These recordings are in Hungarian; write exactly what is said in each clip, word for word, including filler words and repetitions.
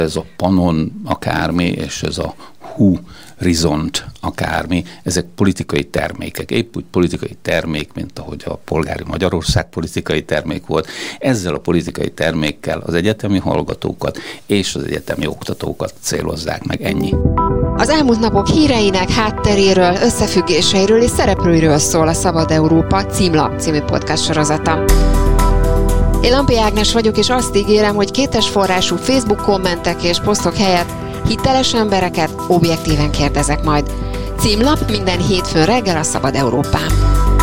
Ez a Panon akármi, és ez a Horizont akármi, ezek politikai termékek. Épp úgy politikai termék, mint ahogy a polgári Magyarország politikai termék volt. Ezzel a politikai termékkel az egyetemi hallgatókat és az egyetemi oktatókat célozzák meg. Ennyi. Az elmúlt napok híreinek hátteréről, összefüggéseiről és szereplőiről szól a Szabad Európa Címlap című podcast sorozata. Én Lampi Ágnes vagyok, és azt ígérem, hogy kétes forrású Facebook kommentek és posztok helyett hiteles embereket objektíven kérdezek majd. Címlap minden hétfőn reggel a Szabad Európán.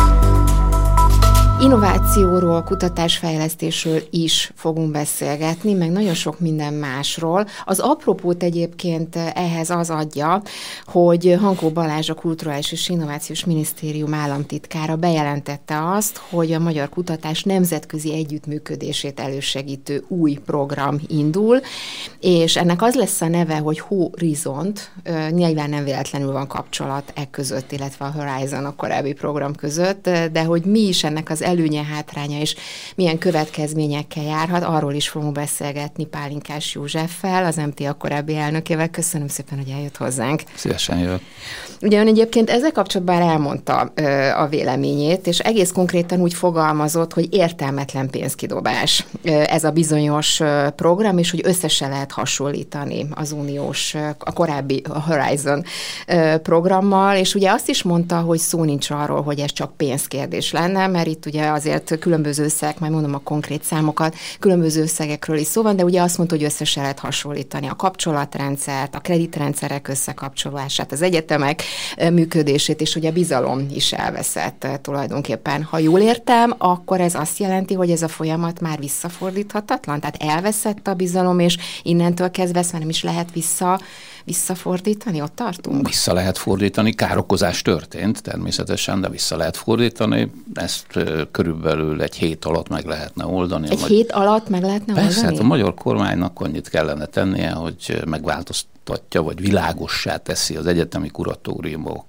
Innovációról, kutatásfejlesztésről is fogunk beszélgetni, meg nagyon sok minden másról. Az apropót egyébként ehhez az adja, hogy Hankó Balázs, a Kulturális és Innovációs Minisztérium államtitkára bejelentette azt, hogy a magyar kutatás nemzetközi együttműködését elősegítő új program indul, és ennek az lesz a neve, hogy Horizont, nyilván nem véletlenül van kapcsolat e között, illetve a Horizon, a korábbi program között, de hogy mi is ennek az előnye, hátránya és milyen következményekkel járhat, arról is fogunk beszélgetni Pálinkás Józseffel, az em té á korábbi elnökével. Köszönöm szépen, hogy eljött hozzánk. Szívesen jövök. Ugye ön egyébként ezzel kapcsolatban elmondta ö, a véleményét, és egész konkrétan úgy fogalmazott, hogy értelmetlen pénzkidobás ö, ez a bizonyos ö, program, és hogy össze lehet hasonlítani az uniós, ö, a korábbi a Horizon ö, programmal, és ugye azt is mondta, hogy szó nincs arról, hogy ez csak pénzkérdés lenne, mert itt ugye azért különböző összegek, majd mondom a konkrét számokat, különböző összegekről is szó van, de ugye azt mondta, hogy össze se lehet hasonlítani a kapcsolatrendszert, a kreditrendszerek összekapcsolását, az egyetemek működését, és ugye a bizalom is elveszett tulajdonképpen. Ha jól értem, akkor ez azt jelenti, hogy ez a folyamat már visszafordíthatatlan? Tehát elveszett a bizalom, és innentől kezdve ezt már nem is lehet vissza visszafordítani? Ott tartunk? Vissza lehet fordítani, károkozás történt természetesen, de vissza lehet fordítani. Ezt körülbelül egy hét alatt meg lehetne oldani. Egy hét alatt meg lehetne Persze, oldani? Hát a magyar kormánynak annyit kellene tennie, hogy megváltoztatja, vagy világossá teszi az egyetemi kuratóriumok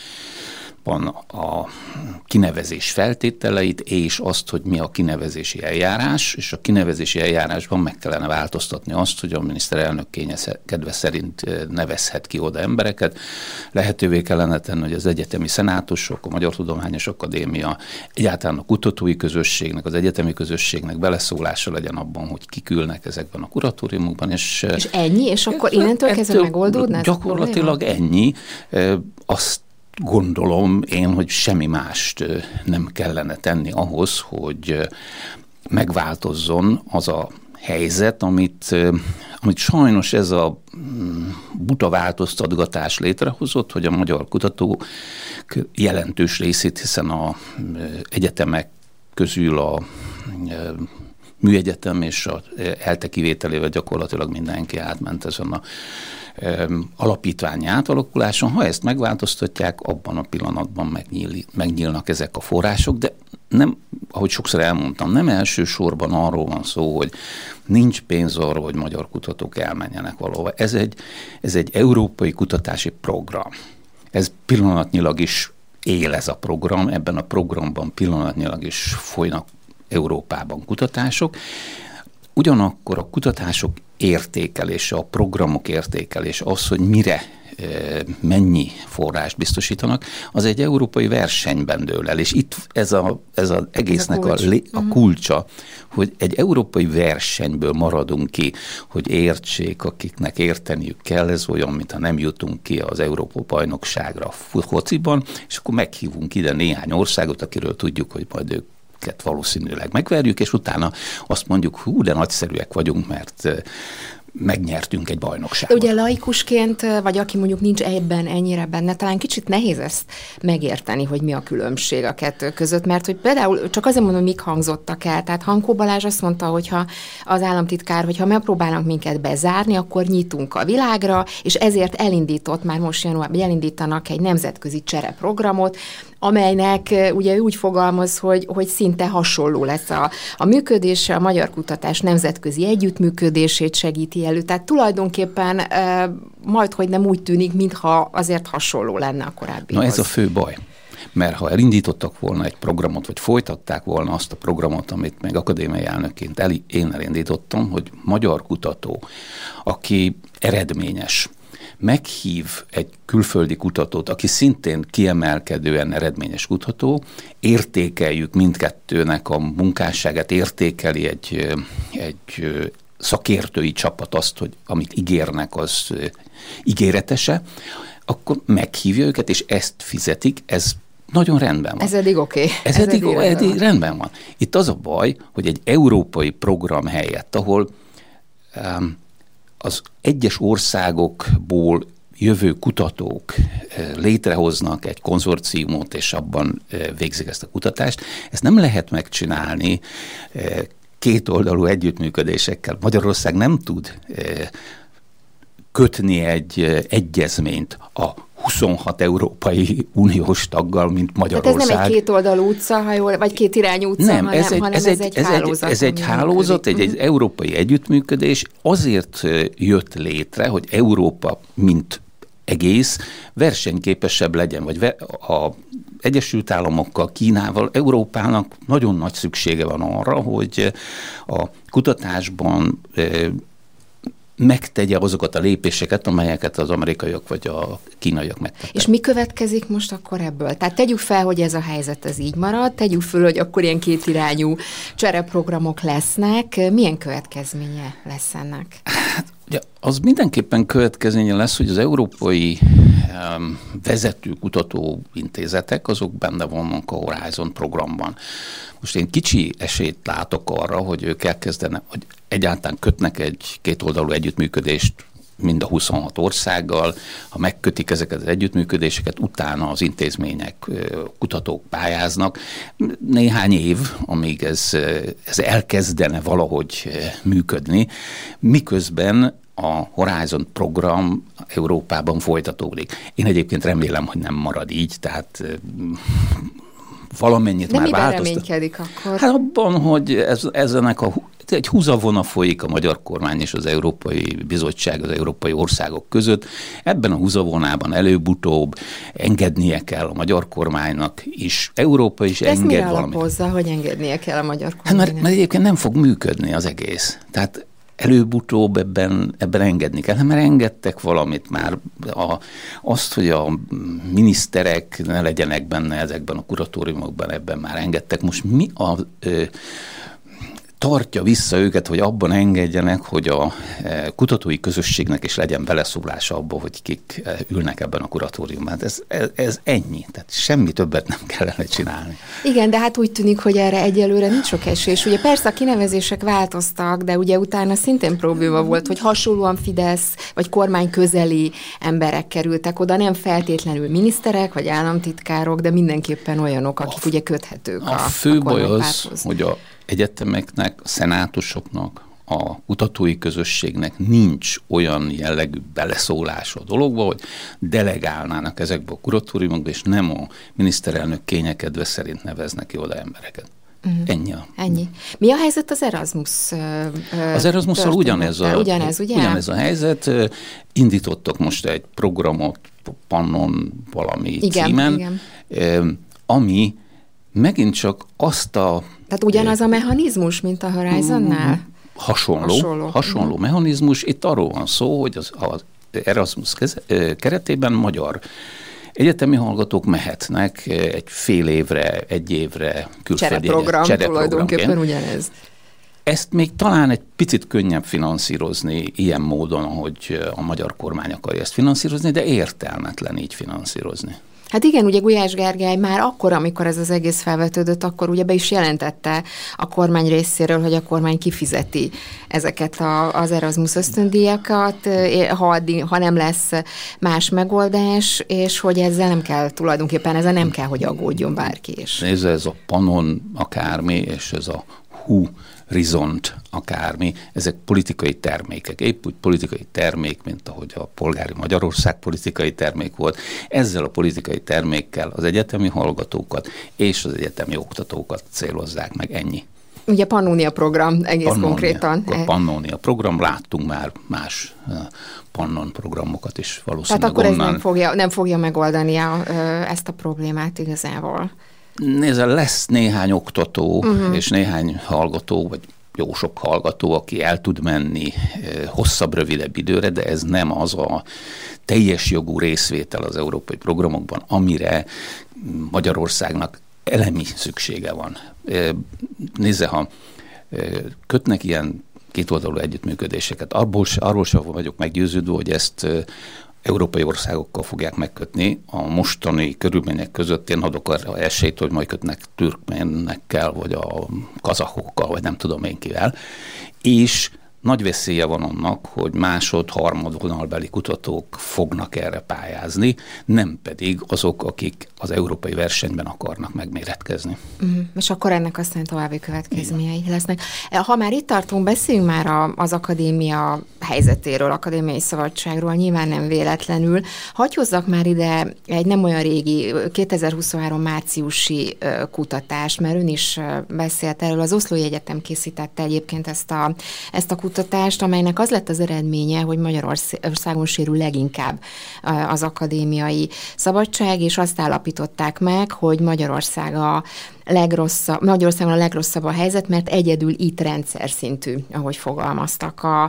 a kinevezés feltételeit, és azt, hogy mi a kinevezési eljárás, és a kinevezési eljárásban meg kellene változtatni azt, hogy a miniszterelnök kénye kedve szerint nevezhet ki oda embereket. Lehetővé kellene tenni, hogy az egyetemi szenátusok, a Magyar Tudományos Akadémia, egyáltalán a kutatói közösségnek, az egyetemi közösségnek beleszólása legyen abban, hogy kik ülnek ezekben a kuratóriumokban. És, és ennyi? És akkor innentől kezdve megoldódna? Gyakorlatilag ennyi. Azt gondolom én, hogy semmi mást nem kellene tenni ahhoz, hogy megváltozzon az a helyzet, amit, amit sajnos ez a buta változtatgatás létrehozott, hogy a magyar kutatók jelentős részét, hiszen az egyetemek közül a műegyetem és az ELTE kivételével gyakorlatilag mindenki átment ezen a alapítványi átalakuláson. Ha ezt megváltoztatják, abban a pillanatban megnyíl, megnyílnak ezek a források, de nem, ahogy sokszor elmondtam, nem elsősorban arról van szó, hogy nincs pénz arra, hogy magyar kutatók elmenjenek valahova. Ez egy, ez egy európai kutatási program. Ez pillanatnyilag is él ez a program, ebben a programban pillanatnyilag is folynak Európában kutatások. Ugyanakkor a kutatások értékelése, a programok értékelése, az, hogy mire mennyi forrást biztosítanak, az egy európai versenyben dől el. És itt ez az ez a egésznek ez a, kulcs. a, a kulcsa, hogy egy európai versenyből maradunk ki, hogy értsék, akiknek érteniük kell, ez olyan, mintha nem jutunk ki az Európa-bajnokságra a fociban, és akkor meghívunk ide néhány országot, akiről tudjuk, hogy majd ők valószínűleg megverjük, és utána azt mondjuk, hú, de nagyszerűek vagyunk, mert megnyertünk egy bajnokságot. Ugye laikusként, vagy aki mondjuk nincs ebben ennyire benne, talán kicsit nehéz ezt megérteni, hogy mi a különbség a kettő között, mert hogy például csak azért mondom, mik hangzottak el. Tehát Hankó Balázs azt mondta, hogyha az államtitkár, hogyha megpróbálnak minket bezárni, akkor nyitunk a világra, és ezért elindított, már most januárban elindítanak egy nemzetközi csereprogramot, amelynek ugye úgy fogalmaz, hogy, hogy szinte hasonló lesz a, a működése, a magyar kutatás nemzetközi együttműködését segíti elő. Tehát tulajdonképpen e, majd, hogy nem úgy tűnik, mintha azért hasonló lenne a korábbihoz. Na ez a fő baj. Mert ha elindítottak volna egy programot, vagy folytatták volna azt a programot, amit még akadémiai elnökként el, én elindítottam, hogy magyar kutató, aki eredményes, meghív egy külföldi kutatót, aki szintén kiemelkedően eredményes kutató, értékeljük mindkettőnek a munkásságát, értékeli egy, egy szakértői csapat azt, hogy amit ígérnek, az ígéretese, akkor meghívja őket, és ezt fizetik, ez nagyon rendben van. Ez eddig oké. Okay. Ez, ez eddig, eddig, eddig rendben van. Itt az a baj, hogy egy európai program helyett, ahol um, az egyes országokból jövő kutatók létrehoznak egy konzorciumot, és abban végzik ezt a kutatást, ezt nem lehet megcsinálni kétoldalú együttműködésekkel. Magyarország nem tud kötni egy egyezményt a huszonhat Európai Uniós taggal, mint Magyarország. Hát ez nem egy kétoldalú utca, ha jól, vagy két irányú utca, nem, hanem, ez egy, hanem ez, ez egy, egy ez hálózat. Egy, ez egy hálózat, egy, egy európai együttműködés azért jött létre, hogy Európa, mint egész versenyképesebb legyen, vagy a Egyesült Államokkal, Kínával, Európának nagyon nagy szüksége van arra, hogy a kutatásban megtegye azokat a lépéseket, amelyeket az amerikaiak vagy a kínaiak megtettek. És mi következik most akkor ebből? Tehát tegyük fel, hogy ez a helyzet ez így marad, tegyük fel, hogy akkor ilyen kétirányú csereprogramok lesznek. Milyen következménye lesz ennek? Hát, ugye, az mindenképpen következménye lesz, hogy az európai um, vezető kutatóintézetek, azok benne vannak a Horizon programban. Most én kicsi esélyt látok arra, hogy ők elkezdenek, hogy egyáltalán kötnek egy kétoldalú együttműködést mind a huszonhat országgal, ha megkötik ezeket az együttműködéseket, utána az intézmények, kutatók pályáznak. Néhány év, amíg ez, ez elkezdene valahogy működni, miközben a Horizon program Európában folytatódik. Én egyébként remélem, hogy nem marad így, tehát valamennyit de már változtat. De miben reménykedik akkor? Hát abban, hogy ez, ezenek a, egy húzavona folyik a magyar kormány és az Európai Bizottság, az európai országok között. Ebben a húzavonában előbb-utóbb engednie kell a magyar kormánynak is. Európa is de enged valamit. valamit. Hozza, hogy engednie kell a magyar kormánynak? Hát mert, mert egyébként nem fog működni az egész. Tehát előbb-utóbb ebben, ebben engedni kell, mert engedtek valamit már. A, azt, hogy a miniszterek ne legyenek benne ezekben a kuratóriumokban, ebben már engedtek. Most mi a... Ö, tartja vissza őket, hogy abban engedjenek, hogy a kutatói közösségnek is legyen beleszólása abba, hogy kik ülnek ebben a kuratóriumban. Ez, ez, ez ennyi, tehát semmi többet nem kellene csinálni. Igen, de hát úgy tűnik, hogy erre egyelőre nincs sok esély. És ugye persze a kinevezések változtak, de ugye utána szintén probléma volt, hogy hasonlóan Fidesz vagy kormány közeli emberek kerültek oda, nem feltétlenül miniszterek vagy államtitkárok, de mindenképpen olyanok, akik a, ugye köthetők a, a fő a baj az, hogy a egyetemeknek, a szenátusoknak, a kutatói közösségnek nincs olyan jellegű beleszólása a dologba, hogy delegálnának ezekbe a kuratóriumokba, és nem a miniszterelnök kényekedve szerint neveznek ki oda embereket. Uh-huh. Ennyi. Ennyi. Mi a helyzet az Erasmus? Az Erasmusszal ugyanez a, ugyanez, ugye? ugyanez a helyzet. Indítottak most egy programot, Pannon valami igen, címen, igen. ami megint csak azt a... Tehát ugyanaz a mechanizmus, mint a Horizonnál? Hasonló, hasonló, hasonló uh-huh. mechanizmus. Itt arról van szó, hogy az, az Erasmus keretében magyar egyetemi hallgatók mehetnek egy fél évre, egy évre külföldi csereprogram, tulajdonképpen ugyanez. Ezt még talán egy picit könnyebb finanszírozni ilyen módon, ahogy a magyar kormány akarja ezt finanszírozni, de értelmetlen így finanszírozni. Hát igen, ugye Gulyás Gergely már akkor, amikor ez az egész felvetődött, akkor ugye be is jelentette a kormány részéről, hogy a kormány kifizeti ezeket a, az Erasmus ösztöndíjakat, ha, ha nem lesz más megoldás, és hogy ezzel nem kell tulajdonképpen, ezzel nem kell, hogy aggódjon bárki is. Nézd, ez a Pannon akármi, és ez a hú Rizont akármi, ezek politikai termékek. Épp úgy politikai termék, mint ahogy a polgári Magyarország politikai termék volt. Ezzel a politikai termékkel az egyetemi hallgatókat és az egyetemi oktatókat célozzák meg. Ennyi. Ugye Pannónia program egész Pannónia, konkrétan. A Pannónia program, láttunk már más Pannon programokat is valószínűleg. Tehát akkor onnan. ez nem fogja, nem fogja megoldani a, ezt a problémát igazából. Nézd, lesz néhány oktató uh-huh. és néhány hallgató, vagy jó sok hallgató, aki el tud menni hosszabb, rövidebb időre, de ez nem az a teljes jogú részvétel az európai programokban, amire Magyarországnak elemi szüksége van. Nézze, ha kötnek ilyen kétoldalú együttműködéseket, arról, arról sem vagyok meggyőződve, hogy ezt európai országokkal fogják megkötni. A mostani körülmények között én adok arra esélyt, hogy majd kötnek türkménekkel, vagy a kazakokkal, vagy nem tudom én kivel. És nagy veszélye van annak, hogy másod, harmad vonalbeli kutatók fognak erre pályázni, nem pedig azok, akik az európai versenyben akarnak megméretkezni. Uh-huh. És akkor ennek aztán további következményei lesznek. Ha már itt tartunk, beszéljünk már a, az akadémia helyzetéről, akadémiai szabadságról, nyilván nem véletlenül. Hagy hozzak már ide egy nem olyan régi, kétezer-huszonhárom márciusi kutatást, mert ön is beszélt erről. Az Oszlói Egyetem készítette egyébként ezt a, ezt a kutatást, amelynek az lett az eredménye, hogy Magyarországon sérül leginkább az akadémiai szabadság, és azt állapították meg, hogy Magyarország a legrosszabb, Magyarországon a legrosszabb a helyzet, mert egyedül itt rendszer szintű, ahogy fogalmaztak a,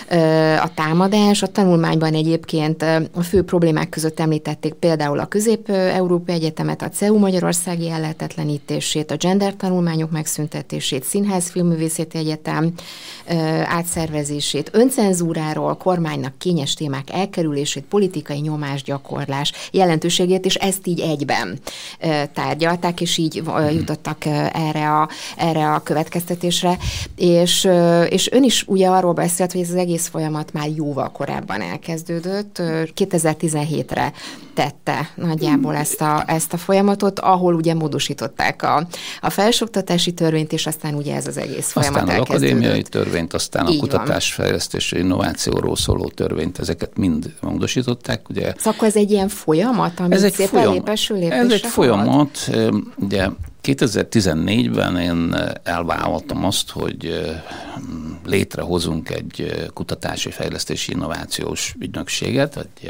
a támadás. A tanulmányban egyébként a fő problémák között említették például a Közép-Európai Egyetemet, a cé e u magyarországi ellehetetlenítését, a gender tanulmányok megszüntetését, Színház Filmművészeti Egyetem átszervezését, öncenzúráról, kormánynak kényes témák elkerülését, politikai nyomásgyakorlás jelentőségét, és ezt így egyben tárgyalták, és így jutott erre a, erre a következtetésre, és, és ön is ugye arról beszélt, hogy ez az egész folyamat már jóval korábban elkezdődött, kétezer-tizenhétre tette nagyjából ezt a, ezt a folyamatot, ahol ugye módosították a, a felsőoktatási törvényt, és aztán ugye ez az egész folyamat aztán elkezdődött. Az akadémiai törvényt, aztán Így a kutatásfejlesztés és innovációról szóló törvényt, ezeket mind módosították. Ugye. Szóval akkor ez egy ilyen folyamat, ami ez egy szépen folyam, lépesül lépésre Ez egy halad? folyamat, ugye kétezer-tizennégyben én elvállaltam azt, hogy létrehozunk egy kutatási, fejlesztési, innovációs ügynökséget, vagy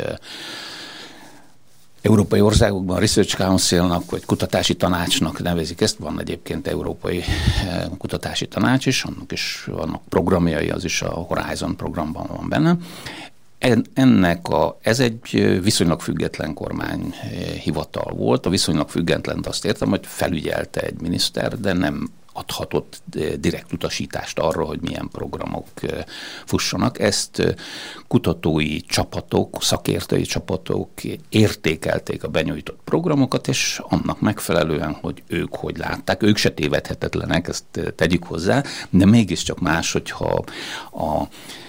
európai országokban Research Councilnak, vagy kutatási tanácsnak nevezik ezt, van egyébként európai kutatási tanács is, annak is vannak programjai, az is a Horizon programban van benne. Ennek a, ez egy viszonylag független kormányhivatal volt. A viszonylag függetlent azt értem, hogy felügyelte egy miniszter, de nem adhatott direkt utasítást arra, hogy milyen programok fussanak. Ezt kutatói csapatok, szakértői csapatok értékelték a benyújtott programokat, és annak megfelelően, hogy ők hogy látták, ők se tévedhetetlenek, ezt tegyük hozzá, de mégiscsak más, hogyha a, a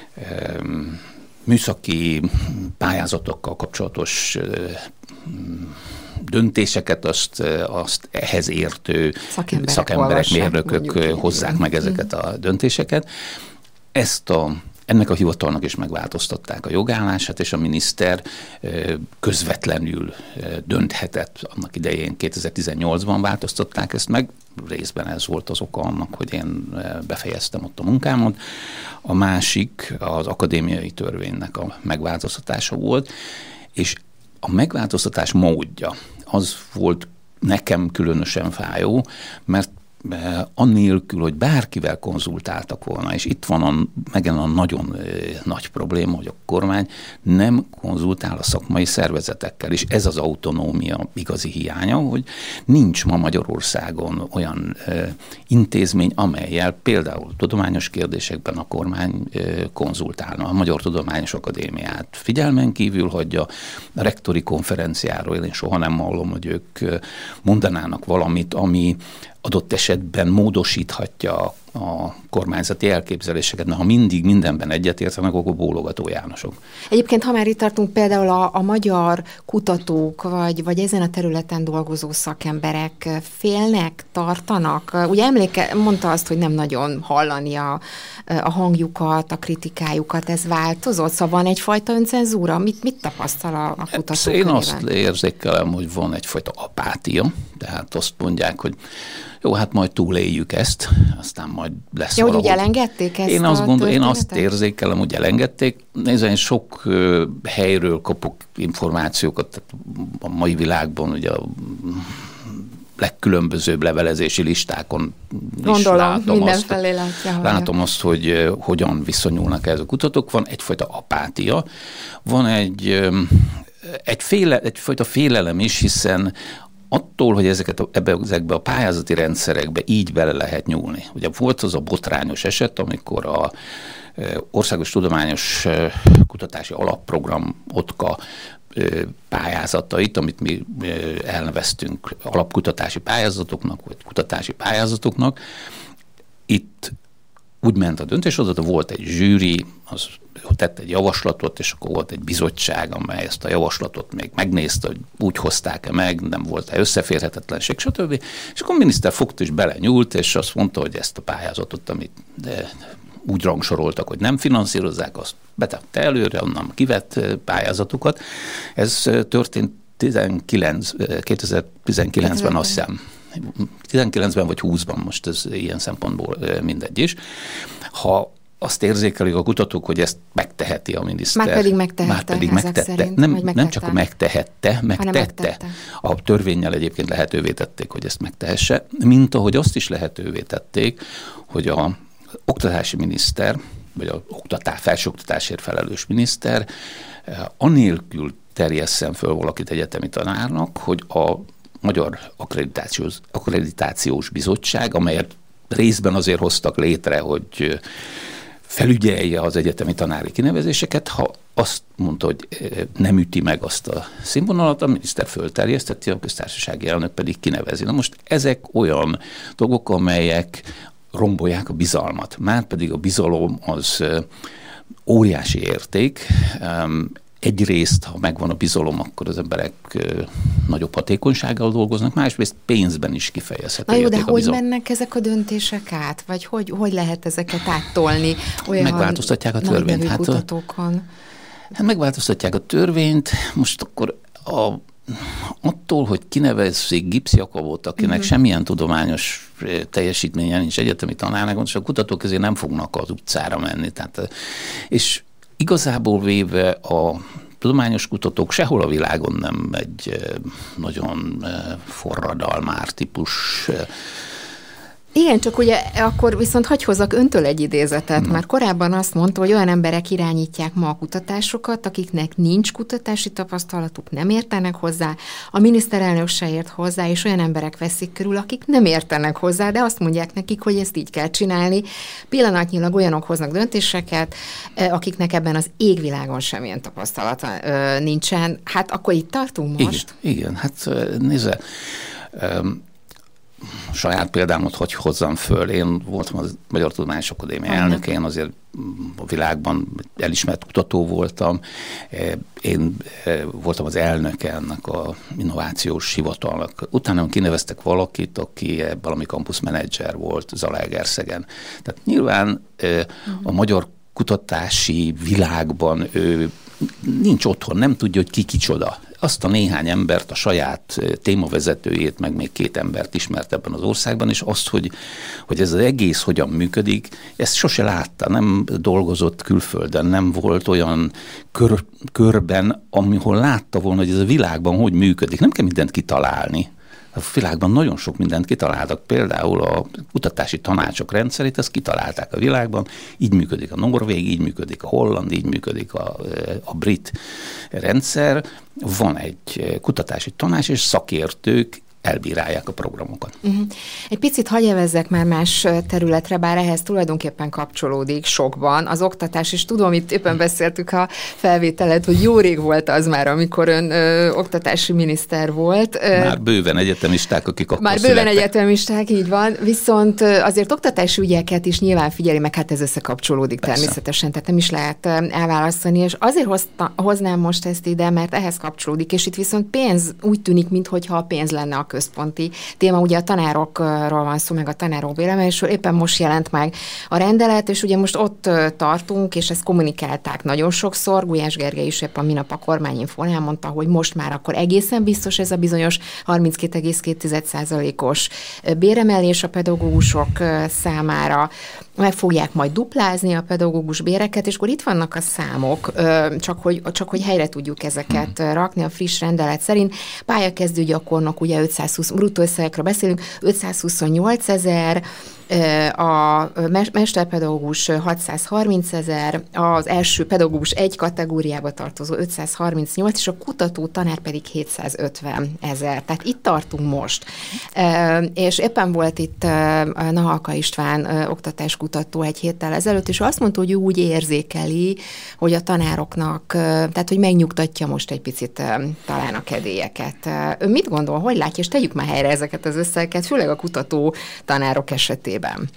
műszaki pályázatokkal kapcsolatos döntéseket azt, azt ehhez értő szakemberek, szakemberek mérnökök hozzák igen. meg ezeket a döntéseket. Ezt a, ennek a hivatalnak is megváltoztatták a jogállását, és a miniszter közvetlenül dönthetett. Annak idején kétezer-tizennyolcban változtatták ezt meg, részben ez volt az oka annak, hogy én befejeztem ott a munkámat. A másik az akadémiai törvénynek a megváltoztatása volt, és a megváltoztatás módja az volt nekem különösen fájó, mert annélkül, hogy bárkivel konzultáltak volna, és itt van a, megint a nagyon nagy probléma, hogy a kormány nem konzultál a szakmai szervezetekkel, és ez az autonómia igazi hiánya, hogy nincs ma Magyarországon olyan intézmény, amellyel például tudományos kérdésekben a kormány konzultálna. A Magyar Tudományos Akadémiát figyelmen kívül hagyja, a rektori konferenciáról én soha nem hallom, hogy ők mondanának valamit, ami adott esetben módosíthatja a kormányzati elképzeléseket, mert ha mindig mindenben egyetértenek, akkor bólogató Jánosok. Egyébként, ha már itt tartunk, például a, a magyar kutatók, vagy, vagy ezen a területen dolgozó szakemberek félnek, tartanak? Ugye emléke, mondta azt, hogy nem nagyon hallani a, a hangjukat, a kritikájukat, ez változott? Szóval van egyfajta öncenzúra? Mit, mit tapasztal a, a kutatók? Én körében? Azt érzékelem, hogy van egyfajta apátia, tehát azt mondják, hogy jó, hát majd túléljük ezt, aztán majd lesz ja, valahogy. Hogy úgy elengedték ezt én azt a gondol, Én történetet? azt érzékelem, hogy elengedték. Nézd, én sok uh, helyről kapok információkat, tehát a mai világban ugye a legkülönbözőbb levelezési listákon Gondolom, is látom mindenfelé azt, látja. látom azt, hogy uh, hogyan viszonyulnak ezek a kutatók. Van egyfajta apátia, van egy, um, egy féle, egyfajta félelem is, hiszen attól, hogy ezeket a, ebbe, ezekbe a pályázati rendszerekbe így bele lehet nyúlni. Ugye volt az a botrányos eset, amikor a e, Országos Tudományos e, Kutatási Alapprogram OTKA e, pályázatait, amit mi e, elneveztünk alapkutatási pályázatoknak, vagy kutatási pályázatoknak, itt úgy ment a döntéshozata, volt egy zsűri, az tett egy javaslatot, és akkor volt egy bizottság, amely ezt a javaslatot még megnézte, hogy úgy hozták-e meg, nem volt-e összeférhetetlenség, stb. És akkor a miniszter fogta és belenyúlt, és azt mondta, hogy ezt a pályázatot, amit úgy rangsoroltak, hogy nem finanszírozzák, azt betette előre, onnan kivett pályázatokat. Ez történt tizenkilenc, kétezer-tizenkilencben, azt hiszem, tizenkilencben vagy húszban, most ez ilyen szempontból mindegy is. Ha azt érzékelik a kutatók, hogy ezt megteheti a miniszter. Már pedig megtehette. Már pedig megtette. Szerint, nem, megtette. nem csak megtehette, megtette. megtette. A törvénnyel egyébként lehetővé tették, hogy ezt megtehesse, mint ahogy azt is lehetővé tették, hogy a oktatási miniszter, vagy a oktatás, felsőoktatásért felelős miniszter anélkül terjesszen föl valakit egyetemi tanárnak, hogy a Magyar Akkreditációs, Akkreditációs Bizottság, amelyet részben azért hoztak létre, hogy felügyelje az egyetemi tanári kinevezéseket, ha azt mondta, hogy nem üti meg azt a színvonalat, a miniszter fölterjeszteti, a köztársasági elnök pedig kinevezi. Na most ezek olyan dolgok, amelyek rombolják a bizalmat. Márpedig a bizalom az óriási érték. Egyrészt, ha megvan a bizalom, akkor az emberek nagyobb hatékonysággal dolgoznak, másrészt pénzben is kifejezhető. Na jó, de a hogy bizalom. mennek ezek a döntések át? Vagy hogy, hogy lehet ezeket áttolni olyan megváltoztatják a törvényt. Hát kutatókon? Hát megváltoztatják a törvényt, most akkor a, attól, hogy kinevezzék Gips Jakabot, akinek uh-huh. semmilyen tudományos teljesítménye nincs egyetemi tanárnak, és a kutatók ezért nem fognak az utcára menni. Tehát, és igazából véve a tudományos kutatók sehol a világon nem egy nagyon forradalmár típus. Igen, csak ugye akkor viszont hagy hozzak öntől egy idézetet, mert korábban azt mondta, hogy olyan emberek irányítják ma a kutatásokat, akiknek nincs kutatási tapasztalatuk, nem értenek hozzá, a miniszterelnök se ért hozzá, és olyan emberek veszik körül, akik nem értenek hozzá, de azt mondják nekik, hogy ezt így kell csinálni. Pillanatnyilag olyanok hoznak döntéseket, akiknek ebben az égvilágon semmilyen tapasztalata nincsen. Hát akkor itt tartunk most? Igen, igen. Hát nézze, um, saját példámot hogy hozzam föl. Én voltam a Magyar Tudományos Akadémia elnöke, én azért a világban elismert kutató voltam. Én voltam az elnöke ennek a innovációs hivatalnak. Utána kineveztek valakit, aki valami campus menedzser volt Zalaegerszegen. Tehát nyilván a magyar kutatási világban ő nincs otthon, nem tudja, hogy ki kicsoda. Azt a néhány embert, a saját témavezetőjét, meg még két embert ismert ebben az országban, és azt, hogy, hogy ez az egész hogyan működik, ezt sose látta, nem dolgozott külföldön, nem volt olyan kör, körben, amihol látta volna, hogy ez a világban hogy működik. Nem kell mindent kitalálni. A világban nagyon sok mindent kitaláltak, például a kutatási tanácsok rendszerét, ezt kitalálták a világban, így működik a norvég, így működik a holland, így működik a, a brit rendszer. Van egy kutatási tanács, és szakértők elbírálják a programokat. Uh-huh. Egy picit hagyj evezzek már más területre, bár ehhez tulajdonképpen kapcsolódik sokban. Az oktatás, és tudom, itt éppen beszéltük a felvételet, hogy jó rég volt az már, amikor ön ö, oktatási miniszter volt. Már bőven egyetemisták, akik akkor Már születtek. bőven egyetemisták, így van. Viszont azért oktatási ügyeket is nyilván figyeli, meg hát ez összekapcsolódik Persze. természetesen, tehát nem is lehet elválasztani, és azért hozta, hoznám most ezt ide, mert ehhez kapcsolódik, és itt viszont pénz úgy tűnik, mintha a pénz lenne a központi téma. Ugye a tanárokról van szó, meg a tanárok béremelésről, éppen most jelent meg a rendelet, és ugye most ott tartunk, és ezt kommunikálták nagyon sokszor. Gulyás Gergely is éppen minap a kormányinfón elmondta, hogy most már akkor egészen biztos ez a bizonyos harminckét egész két százalékos béremelés a pedagógusok számára. Meg fogják majd duplázni a pedagógus béreket, és akkor itt vannak a számok, csak hogy, csak hogy helyre tudjuk ezeket rakni a friss rendelet szerint. Pályakezdő gyakornok, ugye ötszázhúsz, bruttó összegekről beszélünk, ötszázhuszonnyolc ezer, a mesterpedagógus hatszázharminc ezer, az első pedagógus egy kategóriába tartozó ötszázharmincnyolc, és a kutató tanár pedig hétszázötven ezer. Tehát itt tartunk most. És éppen volt itt Nahalka István oktatáskutató egy héttel ezelőtt, és azt mondta, hogy ő úgy érzékeli, hogy a tanároknak, tehát hogy megnyugtatja most egy picit talán a kedélyeket. Ő mit gondol, hogy látja, és tegyük már helyre ezeket az összegeket, főleg a kutató tanárok esetében.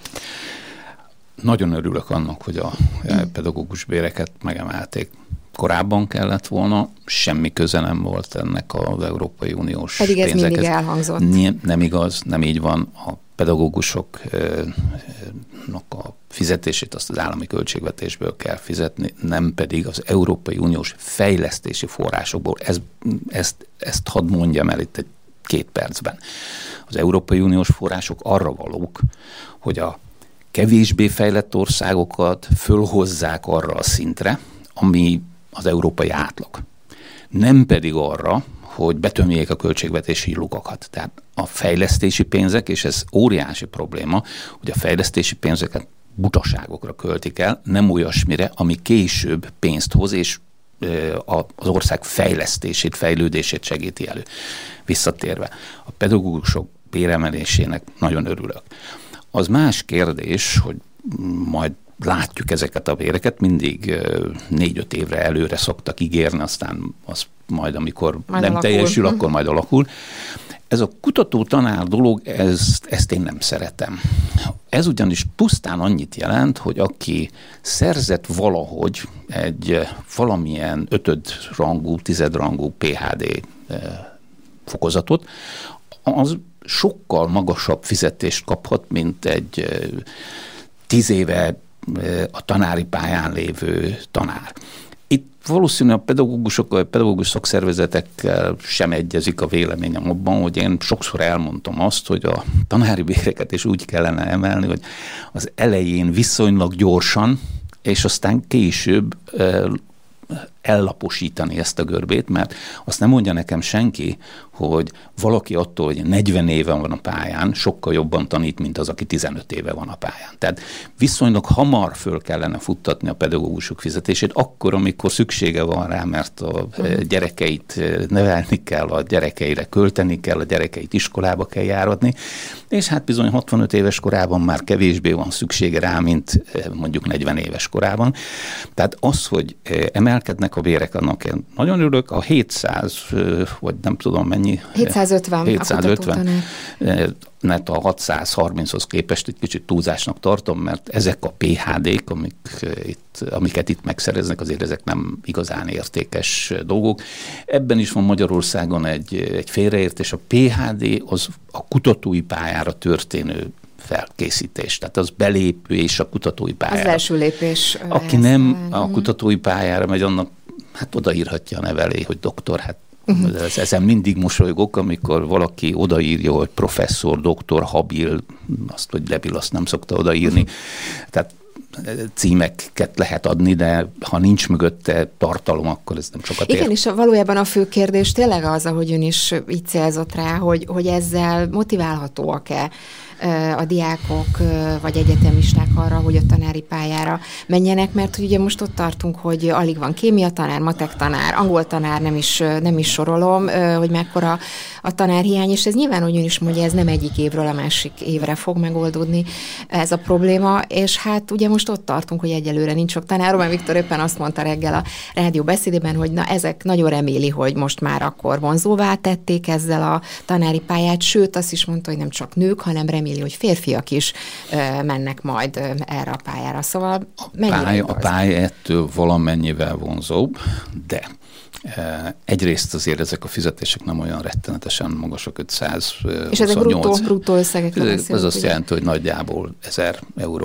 Nagyon örülök annak, hogy a pedagógus béreket megemelték. Korábban kellett volna, semmi köze nem volt ennek az Európai Uniós Pedig ez pénzekhez. mindig elhangzott. Nem igaz, nem így van. A pedagógusoknak a fizetését azt az állami költségvetésből kell fizetni, nem pedig az Európai Uniós fejlesztési forrásokból. Ez, ezt, ezt hadd mondjam el itt egy két percben. Az Európai Uniós források arra valók, hogy a kevésbé fejlett országokat fölhozzák arra a szintre, ami az európai átlag. Nem pedig arra, hogy betömjék a költségvetési lukakat. Tehát a fejlesztési pénzek, és ez óriási probléma, hogy a fejlesztési pénzeket butaságokra költik el, nem olyasmire, ami később pénzt hoz, és az ország fejlesztését, fejlődését segíti elő. Visszatérve, a pedagógusok béremelésének nagyon örülök. Az más kérdés, hogy majd látjuk ezeket a béreket, mindig négy-öt évre előre szoktak ígérni, aztán az majd, amikor majd nem alakul. teljesül, akkor majd alakul. Ez a kutató tanár dolog, ezt, ezt én nem szeretem. Ez ugyanis pusztán annyit jelent, hogy aki szerzett valahogy egy valamilyen ötödrangú, tizedrangú pé há dé fokozatot, az sokkal magasabb fizetést kaphat, mint egy tíz éve a tanári pályán lévő tanár. Itt valószínűleg a pedagógusok, a pedagógus szakszervezetekkel sem egyezik a véleményem abban, hogy én sokszor elmondtam azt, hogy a tanári béreket is úgy kellene emelni, hogy az elején viszonylag gyorsan, és aztán később ellaposítani ezt a görbét, mert azt nem mondja nekem senki, hogy valaki attól, hogy negyven éve van a pályán, sokkal jobban tanít, mint az, aki tizenöt éve van a pályán. Tehát viszonylag hamar föl kellene futtatni a pedagógusok fizetését, akkor, amikor szüksége van rá, mert a gyerekeit nevelni kell, a gyerekeire költeni kell, a gyerekeit iskolába kell járatni, és hát bizony hatvanöt éves korában már kevésbé van szüksége rá, mint mondjuk negyven éves korában. Tehát az, hogy emelkednek a bérek, annak én nagyon örülök, a hétszáz, vagy nem tudom mennyi, hétszázötven, hétszázötven net a hatszázharminchoz képest egy kicsit túlzásnak tartom, mert ezek a pé há dék, amik itt, amiket itt megszereznek, azért ezek nem igazán értékes dolgok. Ebben is van Magyarországon egy, egy félreértés. A pé há dé az a kutatói pályára történő felkészítés. Tehát az belépés a kutatói pályára. Az első lépés. Aki nem a kutatói pályára megy, annak hát odaírhatja a nevelé, hogy doktor, hát uh-huh. ezen mindig mosolygok, amikor valaki odaírja, hogy professzor, doktor, habil, azt, hogy debil, azt nem szokta odaírni. Uh-huh. Tehát címeket lehet adni, de ha nincs mögötte tartalom, akkor ez nem sokat ér. Igen, és valójában a fő kérdés tényleg az, ahogy ön is így célzott rá, hogy, hogy ezzel motiválhatóak-e a diákok vagy egyetemisták arra, hogy a tanári pályára menjenek, mert ugye most ott tartunk, hogy alig van kémia tanár, matek tanár, angol tanár, nem is, nem is sorolom, hogy mekkora a tanárhiány, és ez nyilván úgy is mondja, ez nem egyik évről a másik évre fog megoldódni ez a probléma, és hát ugye most ott tartunk, hogy egyelőre nincs sok tanár. Román Viktor éppen azt mondta reggel a rádió beszédében, hogy na ezek nagyon reméli, hogy most már akkor vonzóvá tették ezzel a tanári pályát, sőt azt is mondta, hogy nem csak nők, hanem reméli, reméli, hogy férfiak is mennek majd erre a pályára. Szóval a pálya, a pálya ettől valamennyivel vonzóbb, de egyrészt azért ezek a fizetések nem olyan rettenetesen magasak, ötszázhuszonnyolc. És ezek bruttó, bruttó összegekről beszélünk. Ez azt jelenti, hogy nagyjából ezer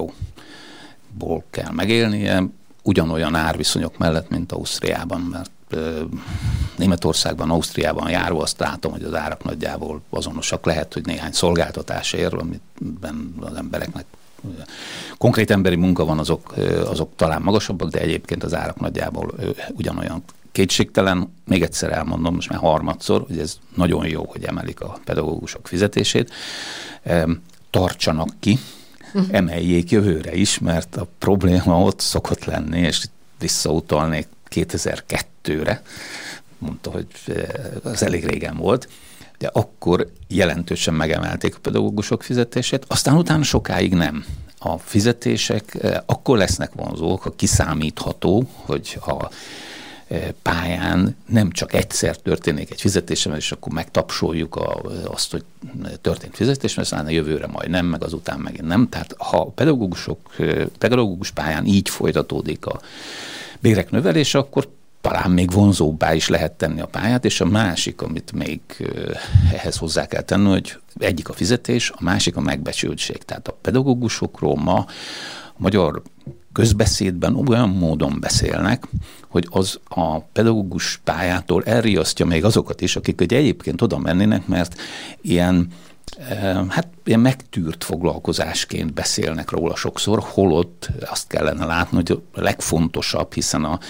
euróból kell megélnie, ugyanolyan árviszonyok mellett, mint Ausztriában, mert Németországban, Ausztriában járva azt látom, hogy az árak nagyjából azonosak. Lehet, hogy néhány szolgáltatásért, amiben az embereknek konkrét emberi munka van, azok, azok talán magasabbak, de egyébként az árak nagyjából ugyanolyan. Kétségtelen, még egyszer elmondom, most már harmadszor, hogy ez nagyon jó, hogy emelik a pedagógusok fizetését. Tartsanak ki, uh-huh. emeljék jövőre is, mert a probléma ott szokott lenni, és visszautalnék kétezer-kettőre, mondta, hogy az elég régen volt, de akkor jelentősen megemelték a pedagógusok fizetését, aztán utána sokáig nem. A fizetések akkor lesznek vonzók, ha kiszámítható, hogy a pályán nem csak egyszer történik egy fizetésem, és akkor megtapsoljuk a, azt, hogy történt fizetés, mert aztán a jövőre majd nem, meg azután megint nem. Tehát ha a pedagógusok, pedagógus pályán így folytatódik a bérek növelése, akkor talán még vonzóbbá is lehet tenni a pályát, és a másik, amit még ehhez hozzá kell tenni, hogy egyik a fizetés, a másik a megbecsültség. Tehát a pedagógusokról ma a magyar közbeszédben olyan módon beszélnek, hogy az a pedagógus pályától elriasztja még azokat is, akik ugye egyébként oda mennének, mert ilyen, hát ilyen megtűrt foglalkozásként beszélnek róla sokszor, holott azt kellene látni, hogy a legfontosabb, hiszen a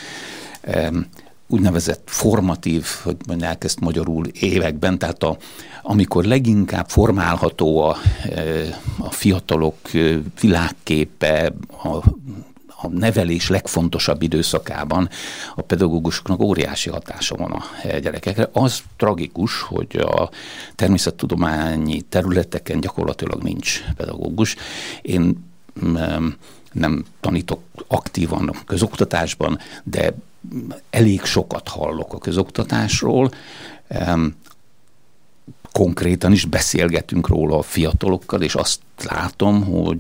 úgynevezett formatív, hogy mondják ezt magyarul, években, tehát a, amikor leginkább formálható a, a fiatalok világképe, a, a nevelés legfontosabb időszakában a pedagógusoknak óriási hatása van a gyerekekre. Az tragikus, hogy a természettudományi területeken gyakorlatilag nincs pedagógus. Én nem tanítok aktívan a közoktatásban, de elég sokat hallok a közoktatásról, konkrétan is beszélgetünk róla a fiatalokkal, és azt látom, hogy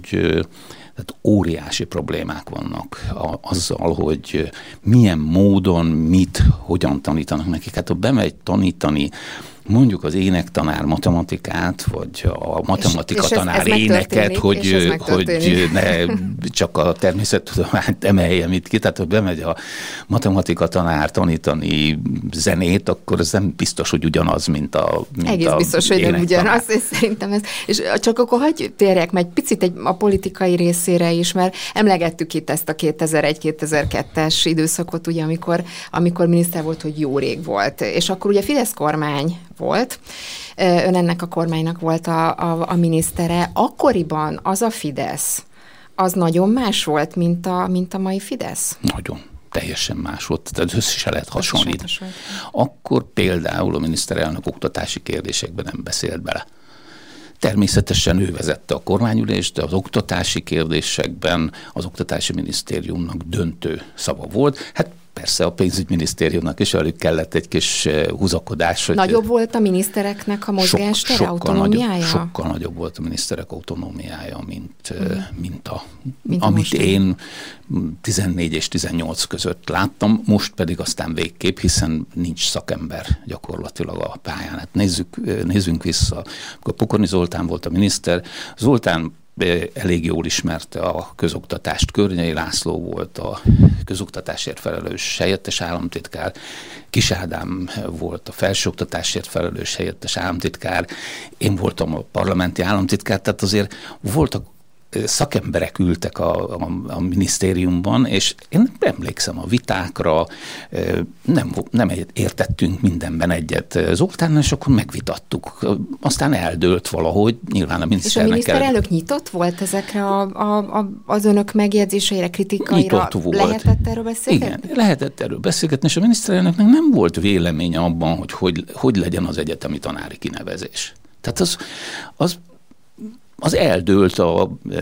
tehát óriási problémák vannak a, azzal, hogy milyen módon, mit, hogyan tanítanak nekik. Hát ha bemegy tanítani mondjuk az énektanár matematikát, vagy a matematika és, és tanár ez, ez éneket, hogy, hogy ne csak a természettudományt emeljem itt ki, tehát ha bemegy a matematika tanár tanítani zenét, akkor ez nem biztos, hogy ugyanaz, mint a mint Egész a biztos, hogy nem ugyanaz, és szerintem ez, és csak akkor hagyj térjek meg picit egy, a politikai részére is, mert emlegettük itt ezt a kétezer-egy-kétezer-kettes időszakot, ugye, amikor, amikor miniszter volt, hogy jó rég volt, és akkor ugye Fidesz kormány volt. Ön ennek a kormánynak volt a, a, a minisztere. Akkoriban az a Fidesz, az nagyon más volt, mint a, mint a mai Fidesz? Nagyon. Teljesen más volt, tehát össze se lehet hasonlítani. Akkor például a miniszterelnök oktatási kérdésekben nem beszélt bele. Természetesen ő vezette a kormányülést, de az oktatási kérdésekben az oktatási minisztériumnak döntő szava volt. Hát persze a pénzügyminisztériumnak is velük kellett egy kis húzakodás. Hogy nagyobb volt a minisztereknek a mozgástere, sok, autonómiája? Nagyobb, sokkal nagyobb volt a miniszterek autonómiája, mint, mm. mint, a, mint amit én tizennégy és tizennyolc között láttam, most pedig aztán végképp, hiszen nincs szakember gyakorlatilag a pályán. Hát nézzük, nézzünk vissza, akkor Pokorni Zoltán volt a miniszter. Zoltán elég jól ismerte a közoktatást. Környei László volt a közoktatásért felelős helyettes államtitkár, Kis Ádám volt a felsőoktatásért felelős helyettes államtitkár, én voltam a parlamenti államtitkár, tehát azért voltak szakemberek ültek a, a, a minisztériumban, és én emlékszem a vitákra, nem, nem értettünk mindenben egyet Zoltánnal, és akkor megvitattuk. Aztán eldőlt valahogy, nyilván a miniszternek. És a miniszterelnök kell... nyitott volt ezekre a, a, a, az önök megjegyzéseire, kritikaira? Lehetett erről beszélgetni? Igen, lehetett erről beszélgetni, és a miniszterelnöknek nem volt véleménye abban, hogy hogy, hogy legyen az egyetemi tanári kinevezés. Tehát az, az az eldőlt a, e,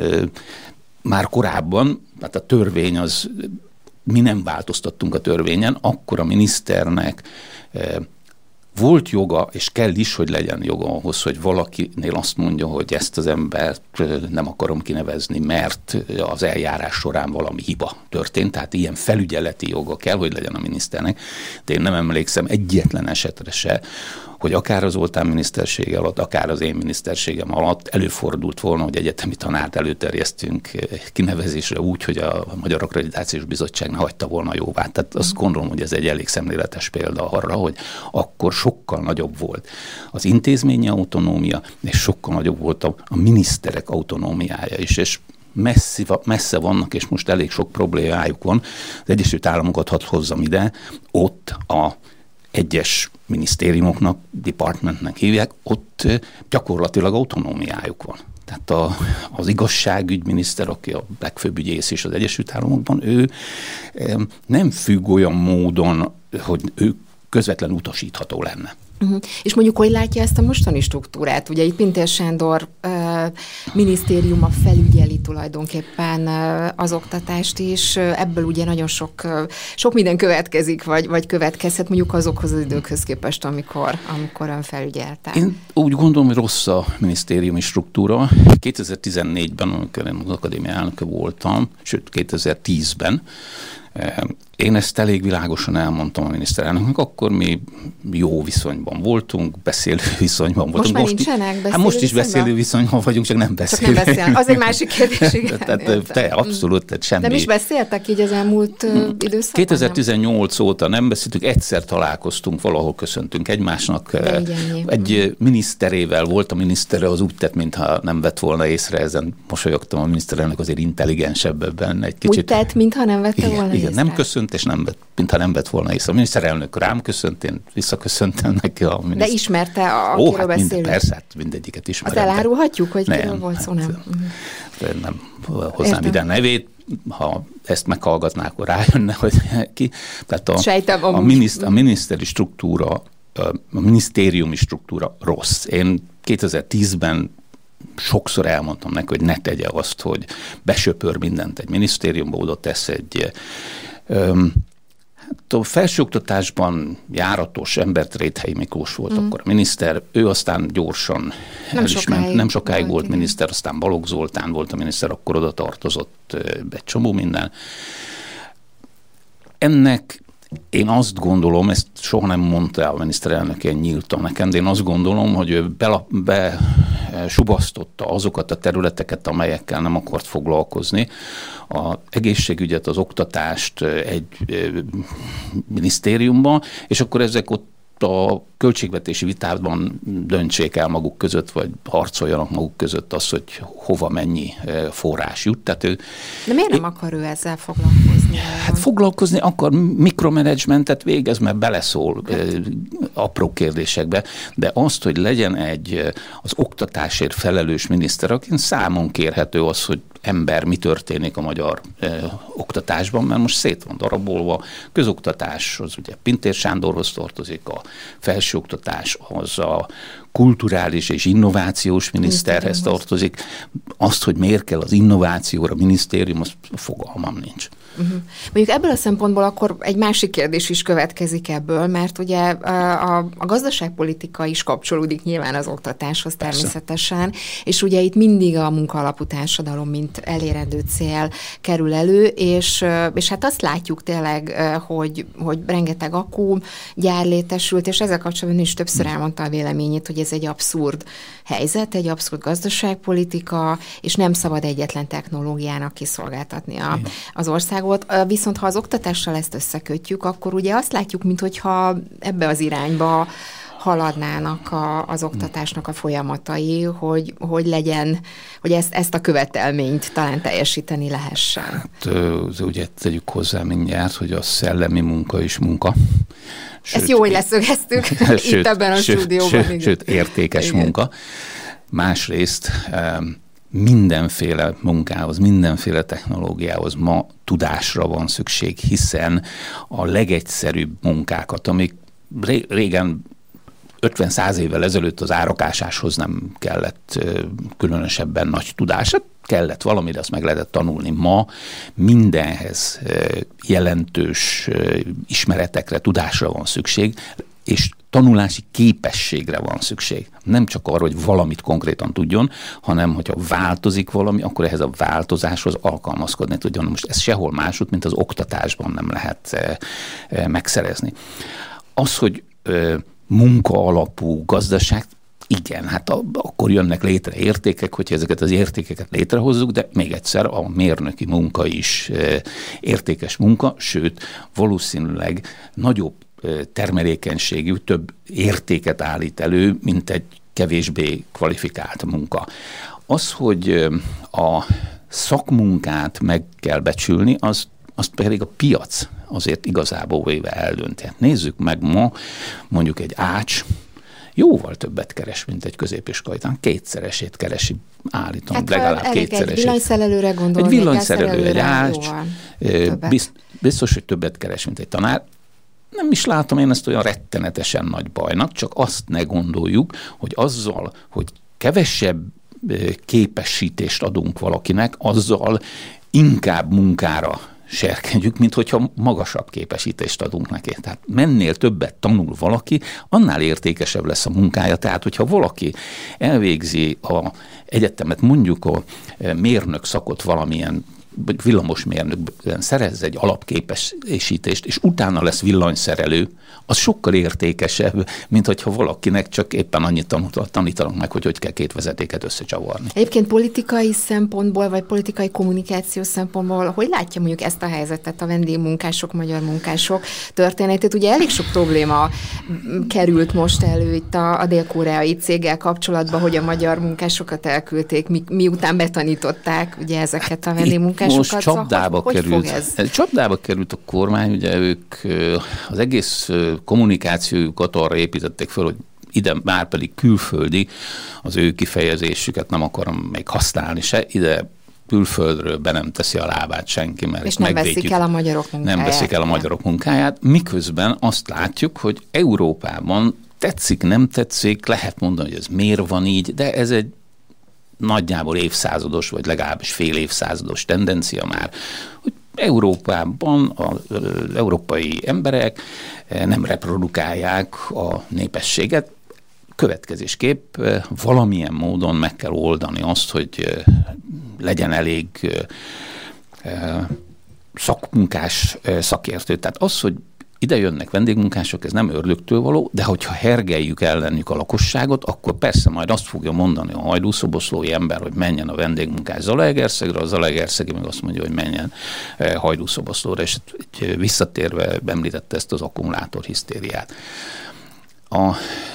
már korábban, hát a törvény az, mi nem változtattunk a törvényen, akkor a miniszternek e, volt joga, és kell is, hogy legyen joga ahhoz, hogy valakinél azt mondja, hogy ezt az embert nem akarom kinevezni, mert az eljárás során valami hiba történt, tehát ilyen felügyeleti joga kell, hogy legyen a miniszternek. De én nem emlékszem egyetlen esetre se, hogy akár az Zoltán minisztersége alatt, akár az én miniszterségem alatt előfordult volna, hogy egyetemi tanárt előterjesztünk kinevezésre úgy, hogy a Magyar Akkreditációs Bizottság ne hagyta volna jóvá. Tehát azt gondolom, hogy ez egy elég szemléletes példa arra, hogy akkor sokkal nagyobb volt az intézményi autonómia, és sokkal nagyobb volt a, a miniszterek autonómiája is, és Messzi, messze vannak, és most elég sok problémájuk van. Az Egyesült Államokat hadd hozzam ide, ott a egyes minisztériumoknak, departmentnek hívják, ott gyakorlatilag autonómiájuk van. Tehát a, az igazságügyminiszter, aki a legfőbb ügyész is az Egyesült Államokban, ő nem függ olyan módon, hogy ő közvetlen utasítható lenne. Uh-huh. És mondjuk, hogy látja ezt a mostani struktúrát? Ugye itt Pintér Sándor uh, minisztériuma felügyeli tulajdonképpen uh, az oktatást is, uh, ebből ugye nagyon sok, uh, sok minden következik, vagy, vagy következhet mondjuk azokhoz az időkhöz képest, amikor, amikor ön felügyelte. Én úgy gondolom, hogy rossz a minisztériumi struktúra. kétezer-tizennégyben, amikor én az akadémia elnöke voltam, sőt kétezer-tízben, én ezt elég világosan elmondtam a miniszterelnöknek, akkor mi jó viszonyban voltunk, beszélő viszonyban voltunk. Most már nincsenek beszélő hát most is viszonyban? beszélő viszonyban vagyunk, csak nem beszélünk. Csak nem beszélnek. Az egy másik kérdés, igen. Tehát te, abszolút, tehát semmi. Nem is beszéltek így az elmúlt időszakban? kétezer-tizennyolc nem? óta nem beszéltünk, egyszer találkoztunk, valahol köszöntünk egymásnak. Egy miniszterével volt a minisztere, az úgy tett, mintha nem vett volna észre, ezen mosolyogtam, a miniszterelnök azért intelligensebb ebben egy kicsit. Úgy tett, mintha nem vette igen, volna igen, észre. nem köszönt, és nem vett, mintha nem vett volna észre. A miniszterelnök rám köszönt, én visszaköszöntem neki a miniszter. De ismerte, a, Ó, akiről hát beszélünk? Minden, persze, hát mindegyiket ismerem. Azt elárulhatjuk, hogy nem, kiről volt szó, nem? Hát, nem hoznám ide a nevét, ha ezt meghallgatnák, akkor rájönne, hogy ki. Tehát a, Sejtem, a, miniszt, a miniszteri struktúra, a minisztériumi struktúra rossz. Én kétezer-tízben sokszor elmondtam neki, hogy ne tegye azt, hogy besöpör mindent egy minisztériumba, oda tesz egy öm, hát a felsőoktatásban járatos embert, Réthelyi Miklós volt mm. akkor a miniszter, ő aztán gyorsan nem sokáig, nem sokáig volt, volt miniszter, igen. aztán Balogh Zoltán volt a miniszter, akkor oda tartozott egy csomó minden. Ennek én azt gondolom, ezt soha nem mondta el a miniszterelnök ilyen nyíltan nekem, de én azt gondolom, hogy ő besubasztotta be azokat a területeket, amelyekkel nem akart foglalkozni. Az egészségügyet, az oktatást egy minisztériumban, és akkor ezek ott a költségvetési vitában döntsék el maguk között, vagy harcoljanak maguk között az, hogy hova mennyi forrás jut. Tehát ő, De miért nem akar ő ezzel foglalkozni? Hát foglalkozni akar, mikromanagementet végez, mert beleszól hát. apró kérdésekbe, de azt, hogy legyen egy az oktatásért felelős miniszter, akin számon kérhető az, hogy ember, mi történik a magyar eh, oktatásban, mert most szét van darabolva. Közoktatás az ugye Pintér Sándorhoz tartozik, a felsőoktatás az a kulturális és innovációs miniszterhez tartozik. Azt, hogy miért kell az innovációra minisztérium, az fogalmam nincs. Uh-huh. Mondjuk ebből a szempontból akkor egy másik kérdés is következik ebből, mert ugye a, a, a gazdaságpolitika is kapcsolódik nyilván az oktatáshoz természetesen, Persze. és ugye itt mindig a munkaalapú társadalom, mint elérendő cél kerül elő, és, és hát azt látjuk tényleg, hogy, hogy rengeteg akku gyár létesült, és ezzel kapcsolatban is többször elmondta a véleményét, hogy ez egy abszurd helyzet, egy abszurd gazdaságpolitika, és nem szabad egyetlen technológiának kiszolgáltatni a, az országot. Viszont ha az oktatással ezt összekötjük, akkor ugye azt látjuk, minthogyha ebbe az irányba haladnának a, az oktatásnak a folyamatai, hogy, hogy legyen, hogy ezt, ezt a követelményt talán teljesíteni lehessen. Hát, ugye tegyük hozzá mindjárt, hogy a szellemi munka is munka. Sőt, ezt jó, hogy leszögeztük sőt, itt ebben a sőt, stúdióban. Sőt, sőt, értékes igen. munka. Másrészt mindenféle munkához, mindenféle technológiához ma tudásra van szükség, hiszen a legegyszerűbb munkákat, amik régen ötven-száz évvel ezelőtt az árakásáshoz nem kellett különösebben nagy tudás, kellett valamire, azt meg lehetett tanulni. Ma mindenhez jelentős ismeretekre, tudásra van szükség, és tanulási képességre van szükség. Nem csak arra, hogy valamit konkrétan tudjon, hanem hogyha változik valami, akkor ehhez a változáshoz alkalmazkodni tudjon. Most ez sehol máshogy, mint az oktatásban nem lehet e, e, megszerezni. Az, hogy e, munka alapú gazdaság, igen, hát a, akkor jönnek létre értékek, hogyha ezeket az értékeket létrehozzuk, de még egyszer a mérnöki munka is e, értékes munka, sőt, valószínűleg nagyobb termelékenységű, több értéket állít elő, mint egy kevésbé kvalifikált munka. Az, hogy a szakmunkát meg kell becsülni, az, azt pedig a piac azért igazából véve eldönti. Nézzük meg ma, mondjuk egy ács, jóval többet keres, mint egy középiskolai tanár. Kétszeresét keresi, állítom, hát legalább kétszeresét. Egy villanyszerelőre gondolni. Egy villanyszerelő, egy ács, biztos, hogy többet keres, mint egy tanár. Nem is látom én ezt olyan rettenetesen nagy bajnak, csak azt ne gondoljuk, hogy azzal, hogy kevesebb képesítést adunk valakinek, azzal inkább munkára serkedjük, mint hogyha magasabb képesítést adunk neki. Tehát mennél többet tanul valaki, annál értékesebb lesz a munkája. Tehát, hogyha valaki elvégzi a egyetemet, mondjuk a mérnök szakot valamilyen vagy villamosmérnökben szerez egy alapképesítést, és utána lesz villanyszerelő, az sokkal értékesebb, mint hogyha valakinek csak éppen annyit tanítanak meg, hogy hogy kell két vezetéket összecsavarni. Egyébként politikai szempontból, vagy politikai kommunikáció szempontból, hogy látja mondjuk ezt a helyzetet, a vendégmunkások, magyar munkások történetét? Ugye elég sok probléma került most elő itt a, a dél-koreai céggel kapcsolatban, hogy a magyar munkásokat elküldték, mi, miután betanították ugye ezeket a vendégmunkásokat. Most csapdába hogy, került. Hogy csapdába került a kormány, ugye ők az egész kommunikációjukat arra építették föl, hogy ide már pedig külföldi, az ő kifejezésüket nem akarom még használni se, ide külföldről be nem teszi a lábát senki, mert és nem veszik el a magyarok munkáját. Nem veszik el a magyarok munkáját, miközben azt látjuk, hogy Európában tetszik, nem tetszik, lehet mondani, hogy ez miért van így, de ez egy nagyjából évszázados, vagy legalábbis fél évszázados tendencia már, hogy Európában az európai emberek nem reprodukálják a népességet. Következésképp valamilyen módon meg kell oldani azt, hogy legyen elég szakmunkás szakértő. Tehát az, hogy ide jönnek vendégmunkások, ez nem ördögtől való, de hogyha hergeljük ellenük a lakosságot, akkor persze majd azt fogja mondani a hajdúszoboszlói ember, hogy menjen a vendégmunkás Zalaegerszegre, a Zalaegerszegi meg azt mondja, hogy menjen hajdúszoboszlóra, és visszatérve említette ezt az akkumulátorhisztériát. A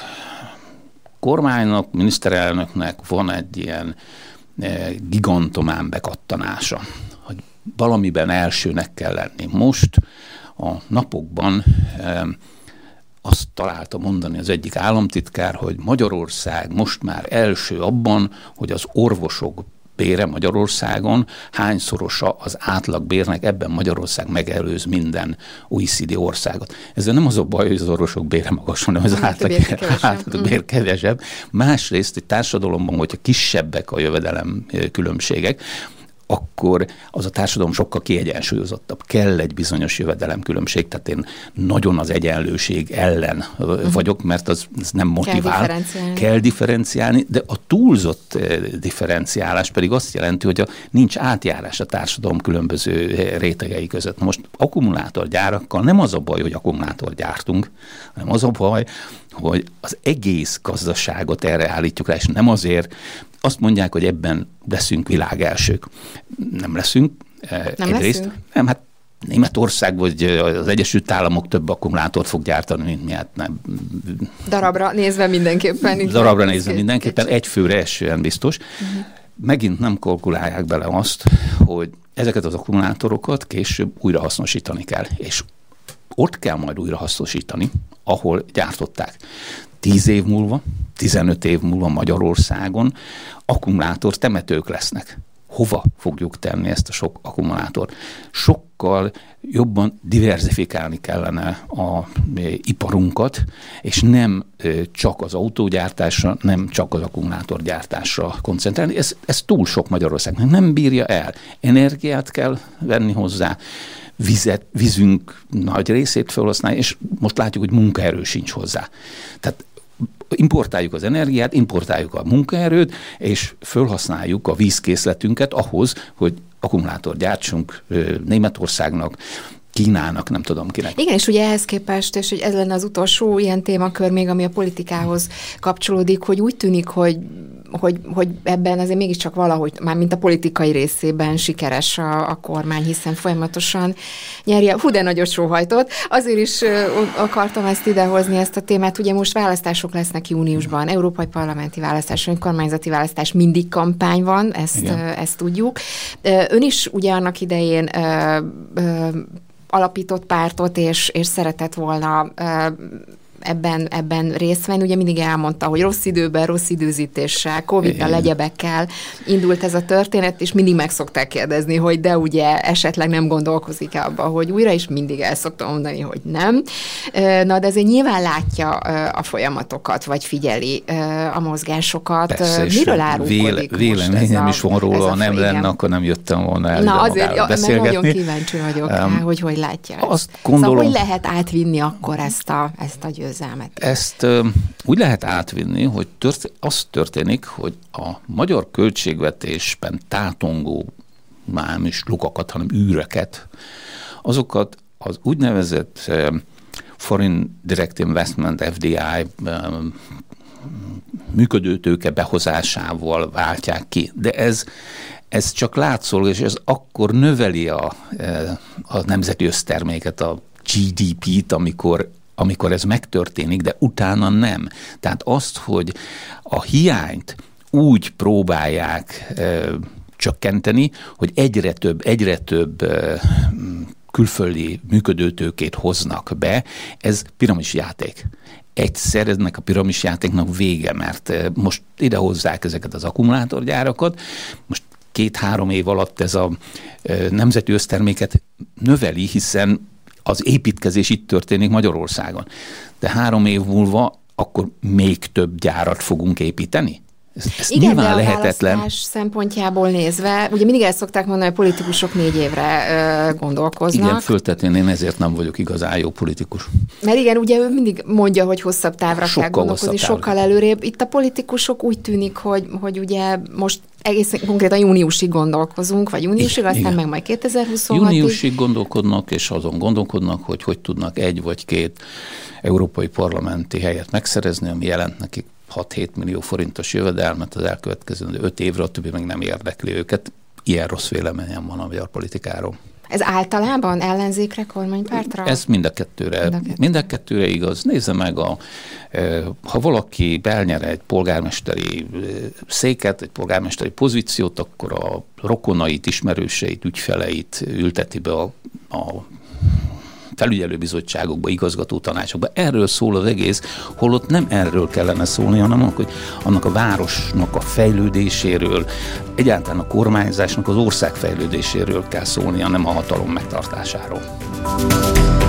kormánynak, miniszterelnöknek van egy ilyen gigantomán bekattanása, hogy valamiben elsőnek kell lenni. Most a napokban e, azt találta mondani az egyik államtitkár, hogy Magyarország most már első abban, hogy az orvosok bére Magyarországon hányszorosa az átlagbérnek, ebben Magyarország megelőz minden o e cé dé országot. Ezzel nem az a baj, hogy az orvosok bére magas, hanem az átlagbér kevesebb. Másrészt egy társadalomban, hogyha kisebbek a jövedelem különbségek, akkor az a társadalom sokkal kiegyensúlyozottabb. Kell egy bizonyos jövedelemkülönbség, tehát én nagyon az egyenlőség ellen uh-huh. vagyok, mert az, az nem motivál. Kell differenciálni. Kell differenciálni, de a túlzott differenciálás pedig azt jelenti, hogy a, nincs átjárás a társadalom különböző rétegei között. Na most akkumulátorgyárakkal nem az a baj, hogy akkumulátort gyártunk, hanem az a baj, hogy az egész gazdaságot erre állítjuk rá, és nem azért, azt mondják, hogy ebben leszünk világelsők. Nem leszünk. Nem egyrészt. leszünk? Nem, hát Németország vagy az Egyesült Államok több akkumulátort fog gyártani, mint mi. Hát nem. Darabra nézve mindenképpen. Darabra nézve mindenképpen, egy főre esően biztos. Uh-huh. Megint nem kalkulálják bele azt, hogy ezeket az akkumulátorokat később újrahasznosítani kell. És ott kell majd újrahasznosítani, ahol gyártották. Tíz év múlva, tizenöt év múlva Magyarországon akkumulátor temetők lesznek. Hova fogjuk tenni ezt a sok akkumulátort? Sokkal jobban diverzifikálni kellene a iparunkat, és nem csak az autógyártásra, nem csak az akkumulátorgyártásra koncentrálni. Ez, ez túl sok Magyarországnak nem bírja el. Energiát kell venni hozzá, vizet, vízünk nagy részét felhasználja, és most látjuk, hogy munkaerő sincs hozzá. Tehát importáljuk az energiát, importáljuk a munkaerőt, és felhasználjuk a vízkészletünket ahhoz, hogy akkumulátort gyártsunk Németországnak, Kínának, nem tudom kinek. Igen, és ugye ehhez képest, és hogy ez lenne az utolsó ilyen témakör még, ami a politikához kapcsolódik, hogy úgy tűnik, hogy Hogy, hogy ebben azért mégiscsak valahogy, már mint a politikai részében sikeres a, a kormány, hiszen folyamatosan nyerje. Hú, de nagyot sóhajtott. Azért is akartam ezt idehozni, ezt a témát. Ugye most választások lesznek júniusban, európai parlamenti választás, önkormányzati választás, mindig kampány van, ezt, ezt tudjuk. Ön is ugye annak idején ö, ö, alapított pártot, és, és szeretett volna ö, ebben, ebben részt venni. Ugye mindig elmondta, hogy rossz időben, rossz időzítéssel, Covid-dal, egyebekkel indult ez a történet, és mindig meg szokták kérdezni, hogy de ugye esetleg nem gondolkozik abba, hogy újra, is mindig el szoktam mondani, hogy nem. Na, de azért nyilván látja a folyamatokat, vagy figyeli a mozgásokat. Persze, miről árulkodik véle, véleményem is van róla, ha nem lenne, akkor nem jöttem volna el. Na azért, ja, mert nagyon kíváncsi vagyok um, rá, hogy hogy látja. Azt gondolom, szóval hogy lehet átvinni akkor ezt a, ezt a győzelmet? Ezt uh, úgy lehet átvinni, hogy tört, az történik, hogy a magyar költségvetésben tátongó, már nem is lukakat, hanem űreket, azokat az úgynevezett uh, Foreign Direct Investment, F D I um, működőtőke behozásával váltják ki. De ez, ez csak látszólag, és ez akkor növeli a, a nemzeti összterméket, a G D P-t, amikor amikor ez megtörténik, de utána nem. Tehát azt, hogy a hiányt úgy próbálják e, csökkenteni, hogy egyre több, egyre több e, külföldi működőtőkét hoznak be, ez piramisjáték. Egyszer ennek a piramisjátéknak vége, mert most idehozzák ezeket az akkumulátorgyárakat, most két-három év alatt ez a e, nemzeti összterméket növeli, hiszen az építkezés itt történik Magyarországon. De három év múlva akkor még több gyárat fogunk építeni? Ez, ez igen, nyilván de lehetetlen. A választás szempontjából nézve, ugye mindig el szokták mondani, hogy politikusok négy évre ö, gondolkoznak. Igen, föltetén én ezért nem vagyok igazán jó politikus. Mert igen, ugye ő mindig mondja, hogy hosszabb távra sokkal kell gondolkozni, sokkal előrébb. Itt a politikusok úgy tűnik, hogy, hogy ugye most egészen konkrétan júniusig gondolkozunk, vagy júniusig, igen, aztán igen. meg majd kétezer-huszonhatig. Júniusig gondolkodnak, és azon gondolkodnak, hogy hogy tudnak egy vagy két európai parlamenti helyet megszerezni, ami jelent nekik hat-hét millió forintos jövedelmet az elkövetkező öt évre, a többi meg nem érdekli őket. Ilyen rossz véleményem van a magyar politikáról. Ez általában ellenzékre, kormánypártra? Ez mind a kettőre, mind a kettőre. Mind a kettőre igaz. Nézze meg, a, ha valaki elnyer egy polgármesteri széket, egy polgármesteri pozíciót, akkor a rokonait, ismerőseit, ügyfeleit ülteti be a, a felügyelőbizottságokba, igazgató tanácsokba. Erről szól az egész, holott nem erről kellene szólni, hanem hogy annak a városnak a fejlődéséről, egyáltalán a kormányzásnak az ország fejlődéséről kell szólnia, nem a hatalom megtartásáról.